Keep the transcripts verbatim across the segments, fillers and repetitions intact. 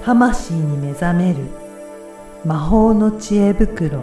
魂に目覚める魔法の知恵袋。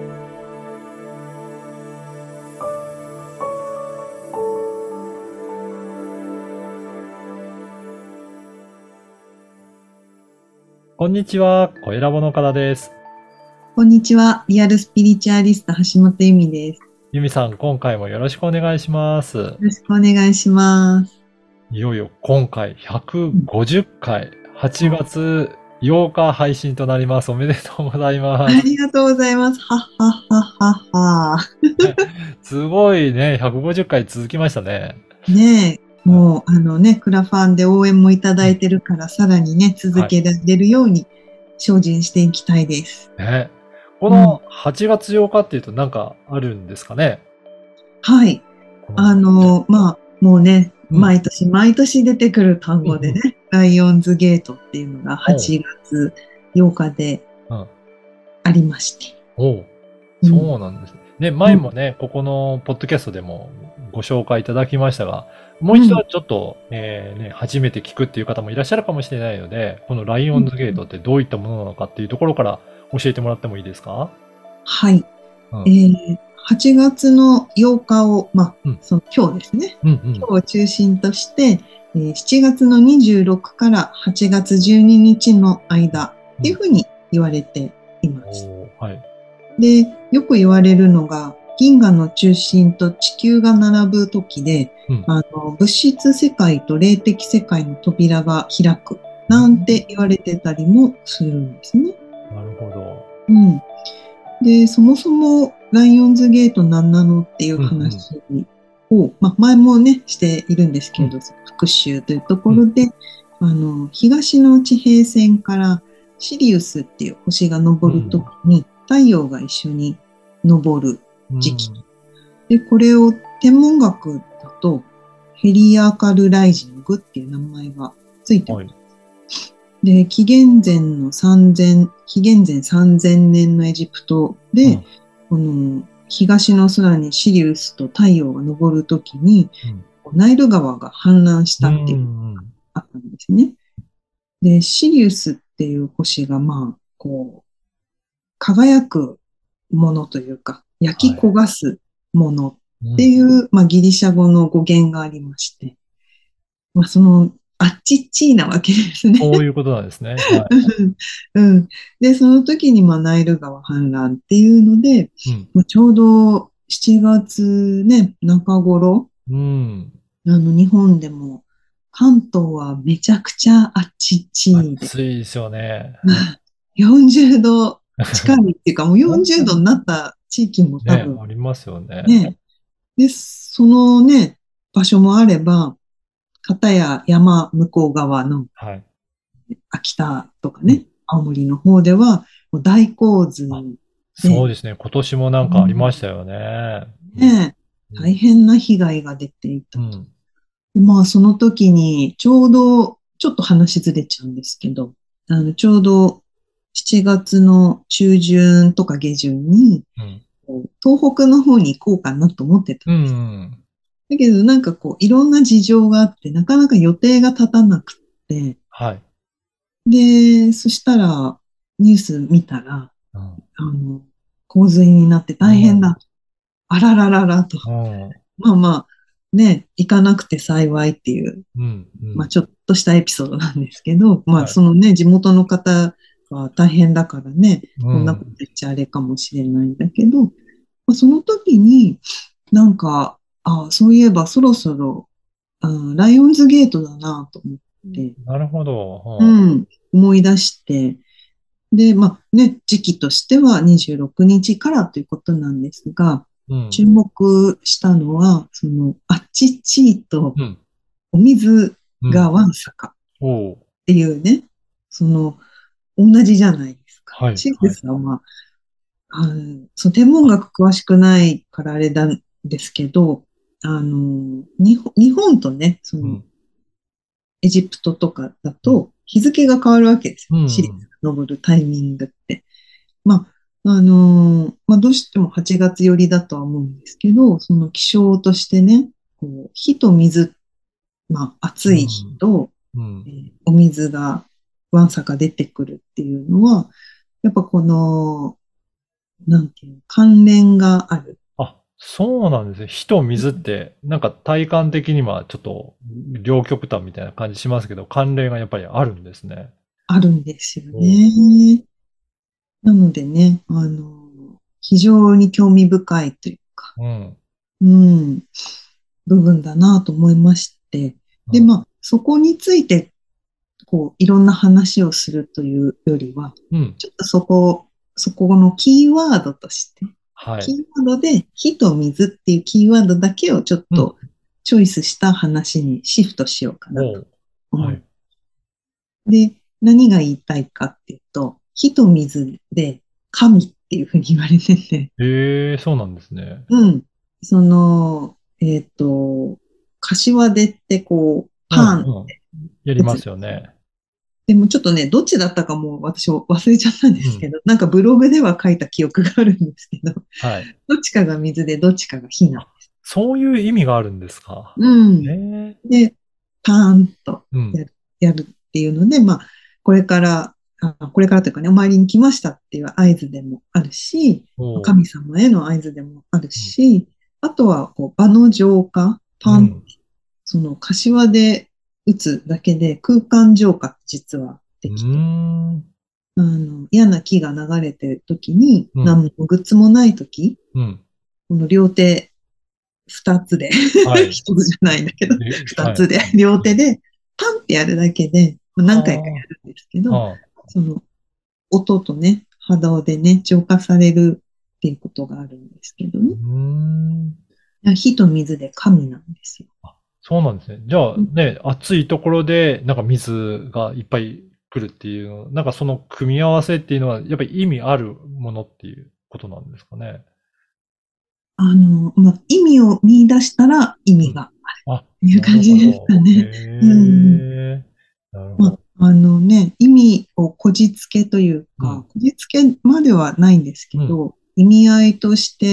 こんにちは、声ラボの岡田です。 こんにちは、リアルスピリチュアリスト橋本由美です。 由美さん、今回もよろしくお願いします。よろしくお願いします。 いよいよ今回ひゃくごじゅっかい、はちがつようか配信となります。おめでとうございまあす。 りがとうございます。はっはっはっはっは。 すごいね、ひゃくごじゅっかい続きましたね。 ねえ、もう、あのね、クラファンで応援もいただいてるから、さらにね、続けられるように精進していきたいです。 ね、このはちがつようかっていうと何かあるんですかね。 はい。あの、まあ、もうね、 うん毎年毎年出てくる単語でね、 うんうライオンズゲートっていうのがはちがつようかでうんありまして。 おう、 うんそうなんですね。ね、前もね、ここのポッドキャストでもご紹介いただきましたが、もう一度ちょっと、えーね、初めて聞くっていう方もいらっしゃるかもしれないので、このライオンズゲートってどういったものなのかっていうところから教えてもらってもいいですか？ はい。 うんえーはちがつのようかを、まあ、 うんその今日ですね。 うんうん今日を中心として、えーしちがつのにじゅうろくからはちがつじゅうににちの間っていうふうに言われています。 おー、はい。 で、よく言われるのが、銀河の中心と地球が並ぶ時で、 うんあの物質世界と霊的世界の扉が開くなんて言われてたりもするんですね。 なるほど。 うん。で、そもそもライオンズゲート何なのっていう話を、まあ、前もね、しているんですけれど、 うん復習というところで、あの、東の地平線からシリウスっていう星が昇るときに、太陽が一緒に昇る時期。で、これを天文学だと、ヘリアカルライジングっていう名前がついてます。 はいで、紀元前のさんぜん、紀元前さんぜんねんのエジプトで、 うんこの東の空にシリウスと太陽が昇るときに、 うんナイル川が氾濫したっていううんのがあったんですね。で、シリウスっていう星が、まあ、こう、輝くものというか、焼き焦がすものっていう、まあ、ギリシャ語の語源がありまして、まあ、その、あっちっちーなわけですね。 そういうことなんですね。はい。 うん。で、その時に、まあ、ナイル川氾濫っていうので、 うんまあ、ちょうどしちがつね、中頃、 うん。 あの、日本でも、関東はめちゃくちゃあっちっちーで、 暑いですよね。 まあよんじゅうど近いっていうか、もうよんじゅうどになった地域も多ね、 分ありますよね。 ね、で、そのね、場所もあれば、片や山向こう側のはい。 秋田とかね、青森の方では、もう大洪水で、 そうですね。今年もなんかありましたよね。 ね、大変な被害が出ていたと。 うん。 でまあ、その時に、ちょうど、ちょっと話ずれちゃうんですけど、あの、ちょうどしちがつの中旬とか下旬に、 うん。 こう東北の方に行こうかなと思ってたうんです。 ん。 だけど、なんかこう、いろんな事情があって、なかなか予定が立たなくって、 はい。 で、そしたら、ニュース見たら、 うん。 あの、洪水になって大変だ。あららららと。 うん。 まあまあ、ね、行かなくて幸いっていう、 うん。うん。 まあちょっとしたエピソードなんですけど、まはいあそのね、地元の方は大変だからね、 うんこんなこと言っちゃあれかもしれないんだけど、まあ、その時になんか、あ、そういえばそろそろ、あ、ライオンズゲートだなと思って、 なるほど。 ううんん、思い出して、で、まあね、時期としてはにじゅうろくにちからということなんですが、 うん注目したのは、その、あっちっちーとうん。 お水うん。 がわんさかおう。 っていうね、その、同じじゃないですか。 はい。 シーはい。 ルスは、まあ、あの、その天文学詳しくないからあれなんですけど、あの、日本、日本とね、その、 うん。 エジプトとかだうん。 と日付が変わるわけですよ。 うん。 シリーズが昇るタイミングって。まあ、あのーまあ、どうしてもはちがつ寄りだとは思うんですけど、その気象としてね、こう火と水、まあ、暑い日と、 うん。 えーお水がわんさか出てくるっていうのは、やっぱこの、なんていうの、関連がある。 あ、そうなんですね。火と水って、なんか体感的にはちょっと両極端みたいな感じしますけど、関連がやっぱりあるんですね。 あるんですよおう。 ね。なのでね、あの、非常に興味深いというか、 うん。 うん、部分だなと思いまして。で、 うん。 まあ、そこについて、こう、いろんな話をするというよりは、 うん。 ちょっとそこ、そこのキーワードとして、 はい。 キーワードで火と水っていうキーワードだけをちょっうん。 とチョイスした話にシフトしようかなとおう。 思う。 はい。 で、何が言いたいかっていうと、火と水で神っていうふうに言われてて、 ええ、そうなんですね。 うん。その、えっと、柏手ってこう、 うん、 パーンってうん。やりま打つ。 すよね。 でもちょっとね、どっちだったかも私忘れちゃったんでうん。 すけど、なんかブログでは書いた記憶があるんですけど、 はい。 どっちかが水でどっちかが火なんあ、 です。 そういう意味があるんですか。 うえん。 え。 で、パーンとうん。 やる、やるっていうので、まあ、これから、あ、これからというかね、お参りに来ましたっていう合図でもあるし、まあおう。 神様への合図でもあるうん。 し、あとはこう場の浄化、パン、 うん。 その柏で打つだけで空間浄化って実はうーできて、 ん。 あの、嫌な気が流れてる時に、 うん。 何のグッズもない時、 うん。 この両手二つではい。 一つじゃないんだけど、 で、はい。 二つで、両手でパンってやるだけで、まあ何回かやはるんですけど、 あ。はあ。 その音とね、波動でね、浄化されるっていうことがあるんですけどうーね。 ん。 火と水で神なんですよ。 あ、そうなんですね。じゃあね、暑いところで、なんか水がいっぱい来るっていうの、なんかその組み合わせっていうのは、やっぱり意味あるものっていうことなんですかね。 あの、まあ、意味を見出したら意うん。 味があ、 いうなる感じですほど。へかね。うん。 え。なるほまど。 あ、あのね、意味をこじつけというか、 うん。 こじつけまではないんですけうん。 ど、意味合いとして、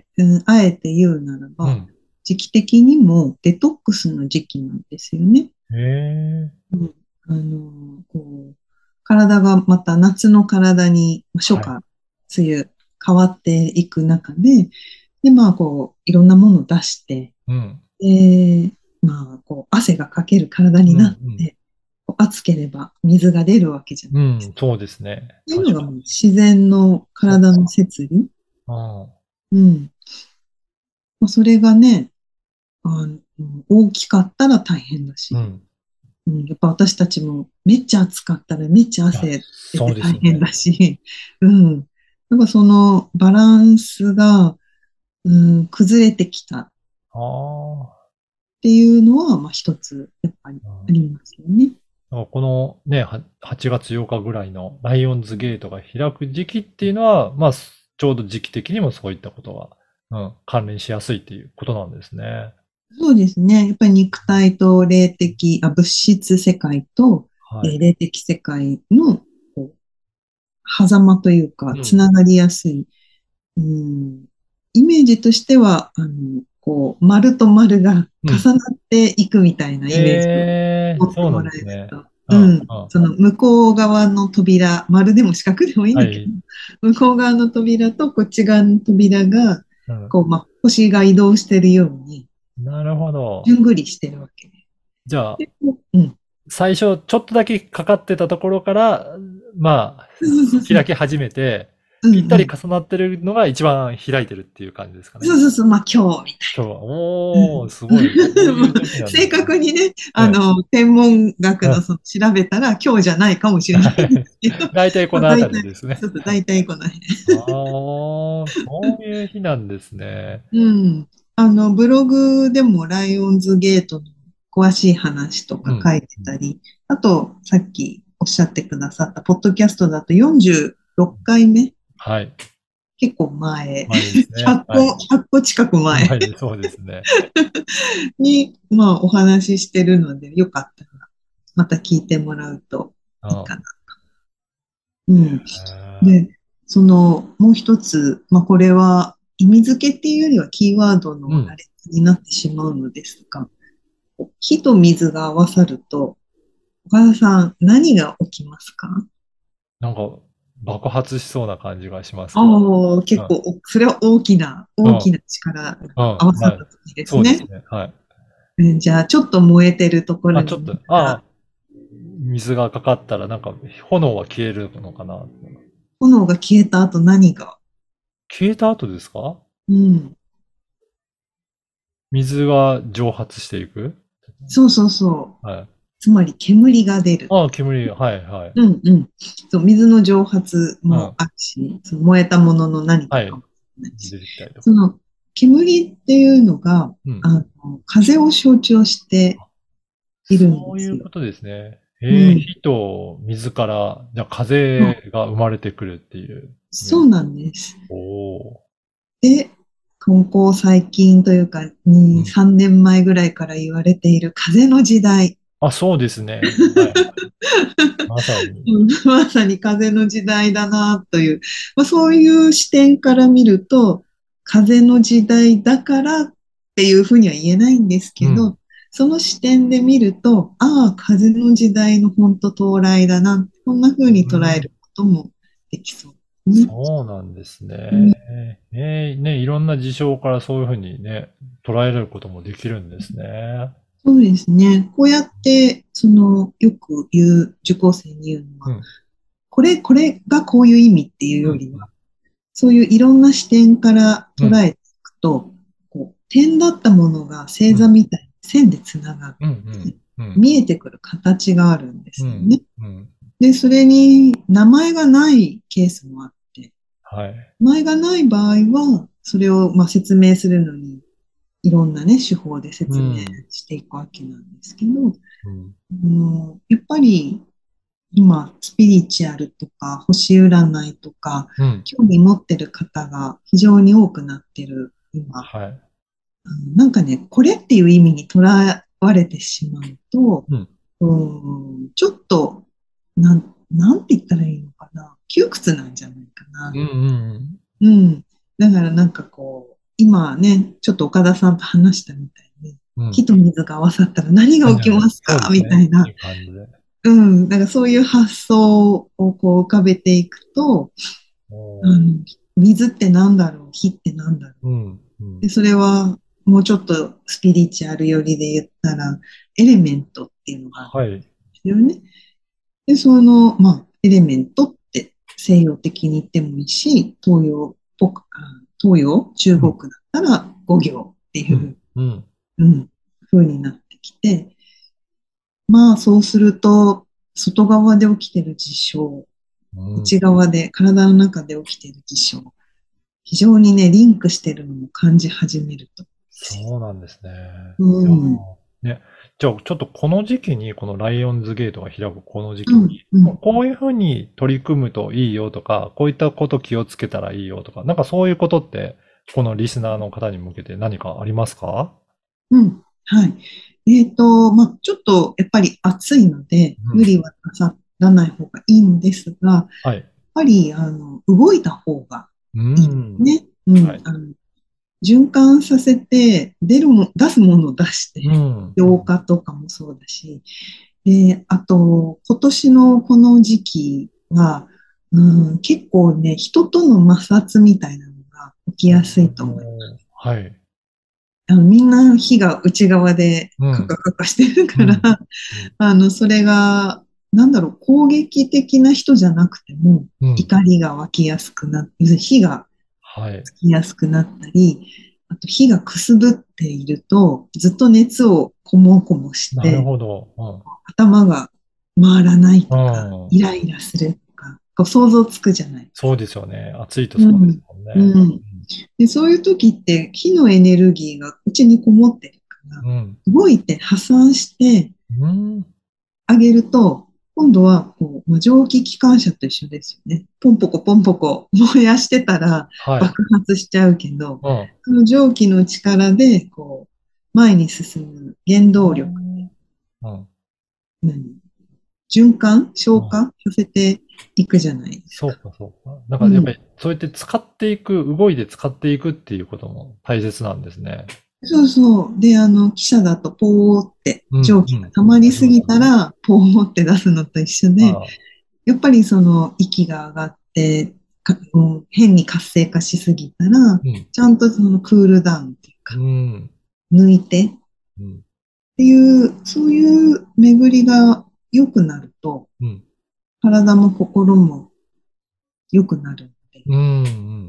うん、あえて言うならば、 うん。 時期的にもデトックスの時期なんですよね。 へえ。 うん、あの、こう、体がまた夏の体に、まあ初はい。 夏、梅雨、変わっていく中で、で、まあ、こう、いろんなものを出して、 うん。 で、まあ、こう、汗がかける体にうん。 なっうん。 て、こう暑ければ水が出るわけじゃないですか。 うん。そうですね。 っていうの確かに。 がもう自然の体のそっか。 摂理。 ああ。 うん。まあそれがね、あの、大きかったら大変だし、 うん。 うん、やっぱ私たちもめっちゃ暑かったらめっちゃいや、 汗出そてうですよね。 大変だし、うん。やっぱそのバランスが、うん、崩れてきたっああ。 ていうのは、まあ一つ、やっぱりうん。 ありますよね。 だからこのね、ははちがつようかぐらいのライオンズゲートが開く時期っていうのは、まあ、すちょうど時期的にもそういったことが、うん、関連しやすいっていうことなんですね。 そうですね。やっぱり肉体と霊的、あ、物質世界と、えはい。 ー霊的世界のこう狭間というか、 うん。 つながりやすい。うん、イメージとしては、あの、こう、丸と丸がうん。 重なっていくみたいなイメージをええ、そうなん持ってもらですね。 えると。 うん、 うん。 うん。 その向こう側の扉、丸でも四角でもいいんだけど、 はい。 向こう側の扉とこっち側の扉が、 うん。 こう、まあ、星が移動してるように、 なるほど。 じゅんぐりしてるわけじゃあ、 で。うん。 最初ちょっとだけかかってたところから、まあ、 そうそうそう。 開き始めて、 うんぴったりうん。 重なってるのが一番開いてるっていう感じですかね。 そうそうそう。まあ、今日みた今日は、 いおー、 な。 すごい。そういう時うん。 なんで正すね。 確にね、あええ。 の、天文学うん。 のその調べたら今日じゃないかもしれないんですけど、 大体こまあ、 のあたり大体、 ですね。 ちょっと大体この辺。 ああ、そういう日なんですね。 うん。あの、ブログでもライオンズゲートの詳しい話とうん。 か書いてうん。 たり、あと、さっきおっしゃってくださった、ポッドキャストだとよんじゅうろっかいめ、 はい。 結構前、 前ですね。 ひゃっこ、 はい。 ひゃっこ近く前前で、そうですね。 に、まあ、お話ししてるので、よかったら、また聞いてもらうといいかな。 あうん。 あ、 で、その、もう一つ、まあ、これは意味付けっていうよりはキーワードうん。 の羅列になってしまうのですが、火と水が合わさると、 岡田さん、何が起きますか？ なんか、爆発しそうな感じがしますけど。 ああ、結うん。 構、おそれは大きな、 うん。 大きな力がうん。 合わさっはい。 た時ですね。 そうですね。はい。 うん、じゃあ、ちょっと燃えてるところあ、ちょっにと、 水が、 ああ、水がかかったら、なんか、炎は消えるのかな。 炎が消えた後何が？ 消えた後ですか？ うん。 水が蒸発していく。 そうそうそう。 はい。 つまり煙が出る。 ああ、煙、はいはい。 うんうん。そう、水の蒸発もうん。 あるし、その燃えたものの何はい。 かかもしれないし、 出てきたりとか。 その煙っていうのが、 うん。 あの、風を象徴しているんですよ。 そういうことですね。 うええ、 ん。 火と水から、じゃあそう、 風が生まれてくるっていうイメージ。 そうなんです。 おお。 で、ここ最近というか、に、 うん。 さんねんまえぐらいから言われている風の時代。 あ、そうですね。はい。まさに。 うん、まさに風の時代だなという、まあ、そういう視点から見ると、風の時代だからっていうふうには言えないんですうん。 けど、その視点で見ると、ああ、風の時代の本当到来だな、こんなふうにうん。 捉えることもできそうですね。 そうなんですね。 うん、 ええ、ね、いろんな事象からそういうふうにね、捉えることもできるんですね。 そうですね。こうやって、その、よく言う、受講生に言うのは、 うん。 これ、これがこういう意味っていううん。 よりは、そういういろんな視点からうん。 捉えていくと、こう、点だったものが星うん。 座みたいに線でつながっうん。うて、 ん。うん。 見えてくる形があるんでうん。 すよね。 うん。 で、それに名前がないケースもあって、 はい。 名前がない場合は、それをまあ説明するのに、いろんなね、手法で説明うん。 していくわけなんですけど、 うん。 あのやっぱり今、スピリチュアルとか星占いとか、 うん。 興味持ってる方が非常に多くなってる今、 はい。 あのなんかね、これっていう意味にとらわれてしまうと、 うん。 うん、ちょっと、なん、なんて言ったらいいのかな、窮屈なんじゃないかな。 うん。うん。 うん。だからなんかこう、今ね、ちょっと岡田さんと話したみたいに、 うん。 火と水が合わさったら何が起きはいはいはい。 ますかそうですね。 みたいな。 いい感じで。 うん。だからそういう発想をこう浮かべていくと、あおー。 の、水ってなんだろう、火ってなんだろう。 うん。うで、 ん。 それはもうちょっとスピリチュアル寄りで言ったら、エレメントっていうのがあるんではい。 すよね。で、その、まあ、エレメントって西洋的に言ってもいいし、東洋っぽく、あ東洋、中うん。 国だったら五行っていうん。 う、 うん。 うん、風になってきて、まあ、そうすると、外側で起きてる事象、 うん。 内側で、体の中で起きてる事象、非常にね、リンクしてるのも感じ始めると思うんですよ。 そうなんですね。 ういやん、 ー、ね。じゃあ、ちょっとこの時期に、このライオンズゲートが開くこの時期に、 うん、うこん。 こういうふうに取り組むといいよとか、こういったこと気をつけたらいいよとか、なんかそういうことって、このリスナーの方に向けて何かありますか？ うん。はい。えっと、まあ、ちょっとやっぱり暑いので、 うん。 無理はなさらない方がいいんですが、やっはい。 ぱり、あの、動いた方がういいですん。 ね。うん。 はい。 あの、循環させて、出るも、出すものを出して、 うん。 浄化とかもそうだし、で、あと、今年のこの時期は、うん、結構ね、人との摩擦みたいなのが起きやすいと思います。 おー、はい。 あの、みんな火が内側でうん。 カカカカしてるから、 うん。うん。 あの、それが、なんだろう、攻撃的な人じゃなくても、 うん。 怒りが湧きやすくなって、要するに火がはい。 つきやすくなったり、あと火がくすぶっていると、ずっと熱をこもこもしなるて、 ほど。 頭が回らないうとか、 ん。うん。 イライラするとか、こう想像つくじゃないですそうか。 ですよね。暑いとそうですうん。 もんね。 うん。で、そういう時って火のエネルギーがうちにこもってるから、 うん。 動いて破産してうん。 あげると、今度はこう、まあ、蒸気機関車と一緒ですよね。ポンポコポンポコ燃やしてたらはい。 爆発しちゃうけど、 うん。 その蒸気の力でこう前に進む原あ動力ー、うん。 何循環、消うん。 化させていくじゃないですか。 そうか、そうか。なんうん。 かやっぱり、そうやって使っていく、動いて使っていくっていうことも大切なんですね。 そうそう。で、あの、汽車だとポーってうん、 蒸気が溜まりすぎたら、ポーって出すのと一緒で、 ああ、 やっぱりその息が上がって、かもう変に活性化しすぎたら、 うん、 ちゃんとそのクールダウンっていうか、 うん、 抜いてっうん、 ていう、そういう巡りが良くなると、 うん、 体も心も良くなるので、 うん、うん。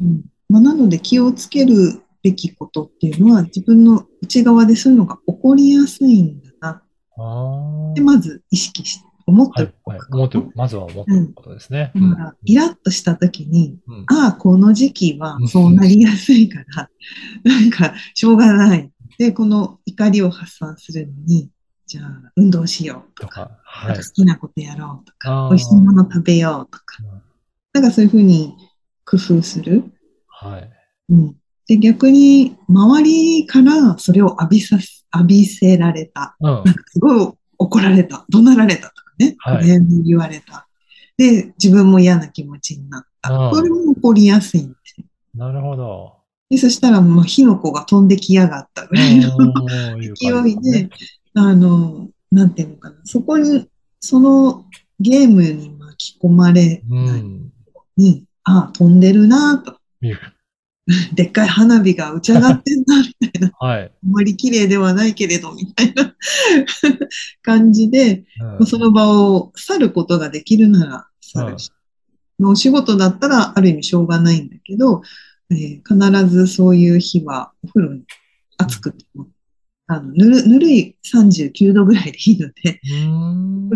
うんまあ、なので気をつけるべきことっていうのは、自分の内側でそういうのが起こりやすいんだなっあて、 あ、 まず意識して、思っておくはい、はい。思っておく、まずは思っておくうん。 ことですね。うん、 だから、イラッとした時に、 うん、 ああ、この時期はうん、 そうなりやすいから、なんか、しょうがない。で、この怒りを発散するのに、じゃあ、運動しようとか、 とか、 なんか好はい。 きなことやろうとか、美味しいああ、 もの食べようとか、 うん、 なんかそういうふうに工夫する。 はい。 うん。で、逆に、周りからそれを浴びさす、浴びせられた。 うん、 なんかすごい怒られた。怒鳴られたとかね。クはい。 レーム言われた。で、自分も嫌な気持ちになった。これうん、 も起こりやすいんですよ。 なるほど。 で、そしたらもう火の粉が飛んできやがったぐうらいのん、うん、いう感じ勢いで、 ですね。 あの、なんていうのかな。そこに、そのゲームに巻き込まれうないよん、 うに、ああ、飛んでるなと。 いう。 でっかい花火が打ち上がってんな、みたいな。あはい。 まり綺麗ではないけれど、みたいな感じで、 うん、 その場を去ることができるなら去るうん、 し、まあお仕事だったらある意味しょうがないんだけど、えー必ずそういう日はお風呂に暑くても、あのぬるぬるいさんじゅうきゅうどぐらいでいいので、 うん、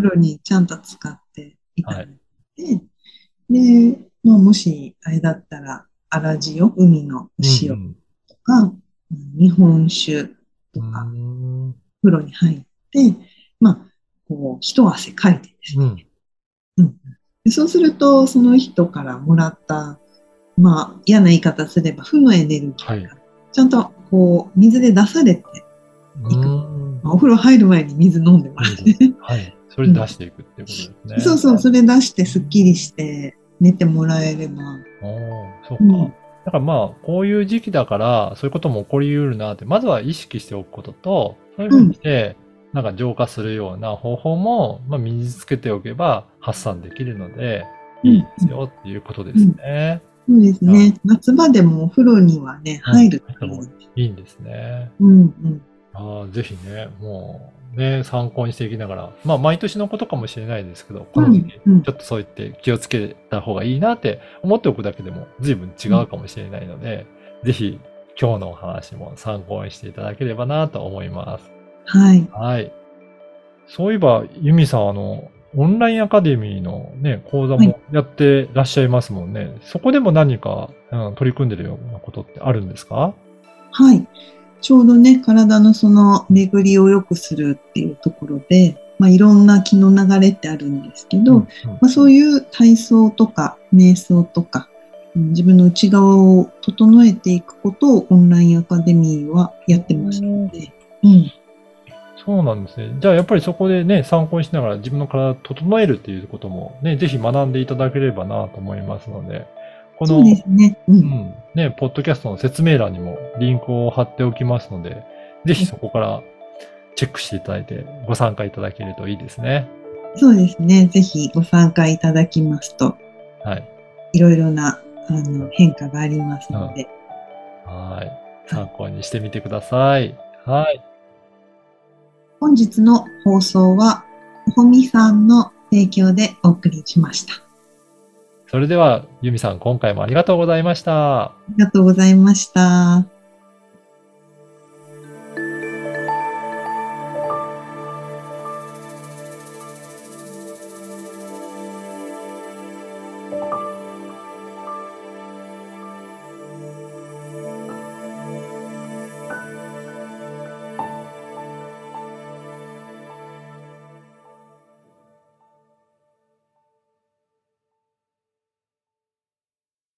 お風呂にちゃんと使っていただはい。 いて、で、まあ、もしあれだったら、粗塩、海のおう塩ん、 とか、うん日本酒とうか、 ん、 風呂に入って、まあ、こう、一汗かいてですうん、 ね。うん。でそうすると、その人からもらった、まあ、嫌な言い方すれば、負のエネルギはい。 ーが、ちゃんと、こう、水で出されてういく。 ん、 まあお風呂入る前に水飲んでもらっ水。 てね。 はい。それうん。 で出していくっていうことですね。 そうそう、それ出してすっきりして寝てもらえれば。 おー、そうか。 うん。 だからまあ、こういう時期だから、そういうことも起こり得るなって、まずは意識しておくことと、そういうふうにうん。 して、なんか浄化するような方法も、まあ、身につけておけば発散できるので、 うん。 いいですよっていうことですうん。 ね。 そうですあ、 ね。夏場でもお風呂にはね、 うん。 入るといいので。 いいんですね。 うん。うん。 ああ、ぜひね、もう、ね、参考にしていきながら、まあ、毎年のことかもしれないですけど、こうん。 の時期、 うん。 ちょっとそう言って気をつけた方がいいなって思っておくだけでも随分違うかもしれないので、ぜひ今日のお話も参考にしていただければなと思います。 はい。 はい。そういえば、ユミさん、あの、オンラインアカデミーのね、講座はい。 もやってらっしゃいますもんね。そこでも何か、うん、取り組んでるようなことってあるんですか？ はい。ちょうどね、体のその巡りを良くするっていうところで、まあ、いろんな気の流れってあるんですけど、 うん、うん。 まあ、そういう体操とか瞑想とか、うん自分の内側を整えていくことをオンラインアカデミーはやってますので、うん。 そうなんですね。じゃあやっぱりそこでね、参考にしながら自分の体を整えるっていうこともね、ぜひ学んでいただければなと思いますので、こそうでの、 すね。うん。 うん、ね、ポッドキャストの説明欄にもリンクを貼っておきますので、ぜひそこからチェックしていただいてご参加いただけるといいですね。 そうですね。ぜひご参加いただきますと、 はい。 いろいろなあの変化がありますうん。 ので、 はい。 はい参考にしてみてください。はい。 本日の放送は、ほみさんの提供でお送りしました。あそれでは、ユミさん、今回もありがとうございました。 りがとうございました。